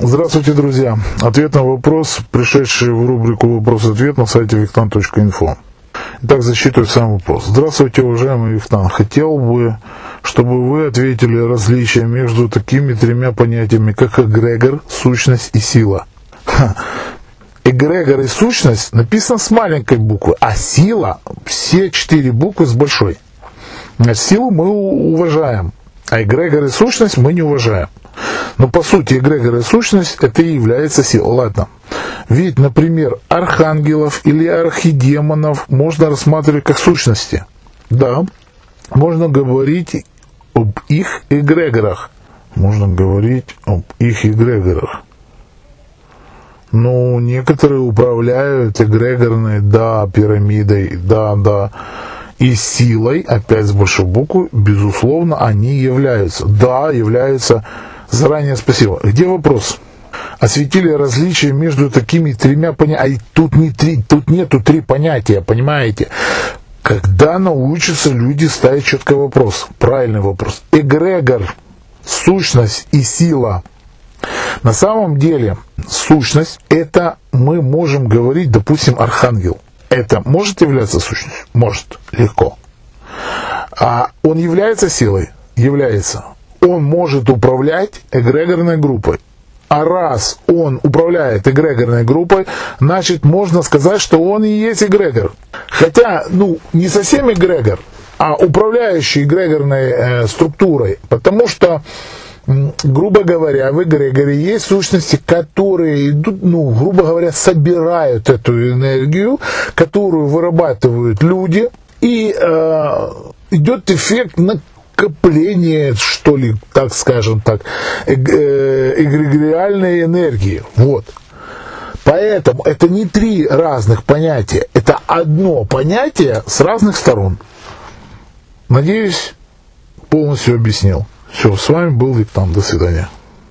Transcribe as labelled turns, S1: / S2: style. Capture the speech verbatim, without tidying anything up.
S1: Здравствуйте, друзья! Ответ на вопрос, пришедший в рубрику «Вопрос-ответ» на сайте виктан точка инфо. Итак, зачитываю сам вопрос. Здравствуйте, уважаемый Виктан. Хотел бы, чтобы вы ответили различия между такими тремя понятиями, как эгрегор, сущность и сила. Ха. Эгрегор и сущность написано с маленькой буквы, а сила все четыре буквы с большой. Силу мы уважаем, а эгрегор и сущность мы не уважаем. Но по сути эгрегор и сущность это и является силой. Ладно. Ведь, например, архангелов или архидемонов можно рассматривать как сущности. Да, можно говорить об их эгрегорах. Можно говорить об их эгрегорах. Ну, некоторые управляют эгрегорной, да, пирамидой, да, да. И силой, опять с большой буквы, безусловно, они являются. Да, являются. Заранее спасибо. Где вопрос? Осветили различия между такими тремя понятиями. А тут, не три, тут нету три понятия, понимаете? Когда научатся люди ставить четко вопрос? Правильный вопрос. Эгрегор, сущность и сила. На самом деле, сущность, это мы можем говорить, допустим, архангел. Это может являться сущностью? Может. Легко. А он является силой? Является. Он может управлять эгрегорной группой. А раз он управляет эгрегорной группой, значит, можно сказать, что он и есть эгрегор. Хотя, ну, не совсем эгрегор, а управляющий эгрегорной э, структурой. Потому что, грубо говоря, в эгрегоре есть сущности, которые идут, ну, грубо говоря, собирают эту энергию, которую вырабатывают люди, и э, идет эффект на накопление, что ли, так скажем так, эгрегориальной энергии. Вот. Поэтому это не три разных понятия, это одно понятие с разных сторон. Надеюсь, полностью объяснил. Все, с вами был Виктан. До свидания.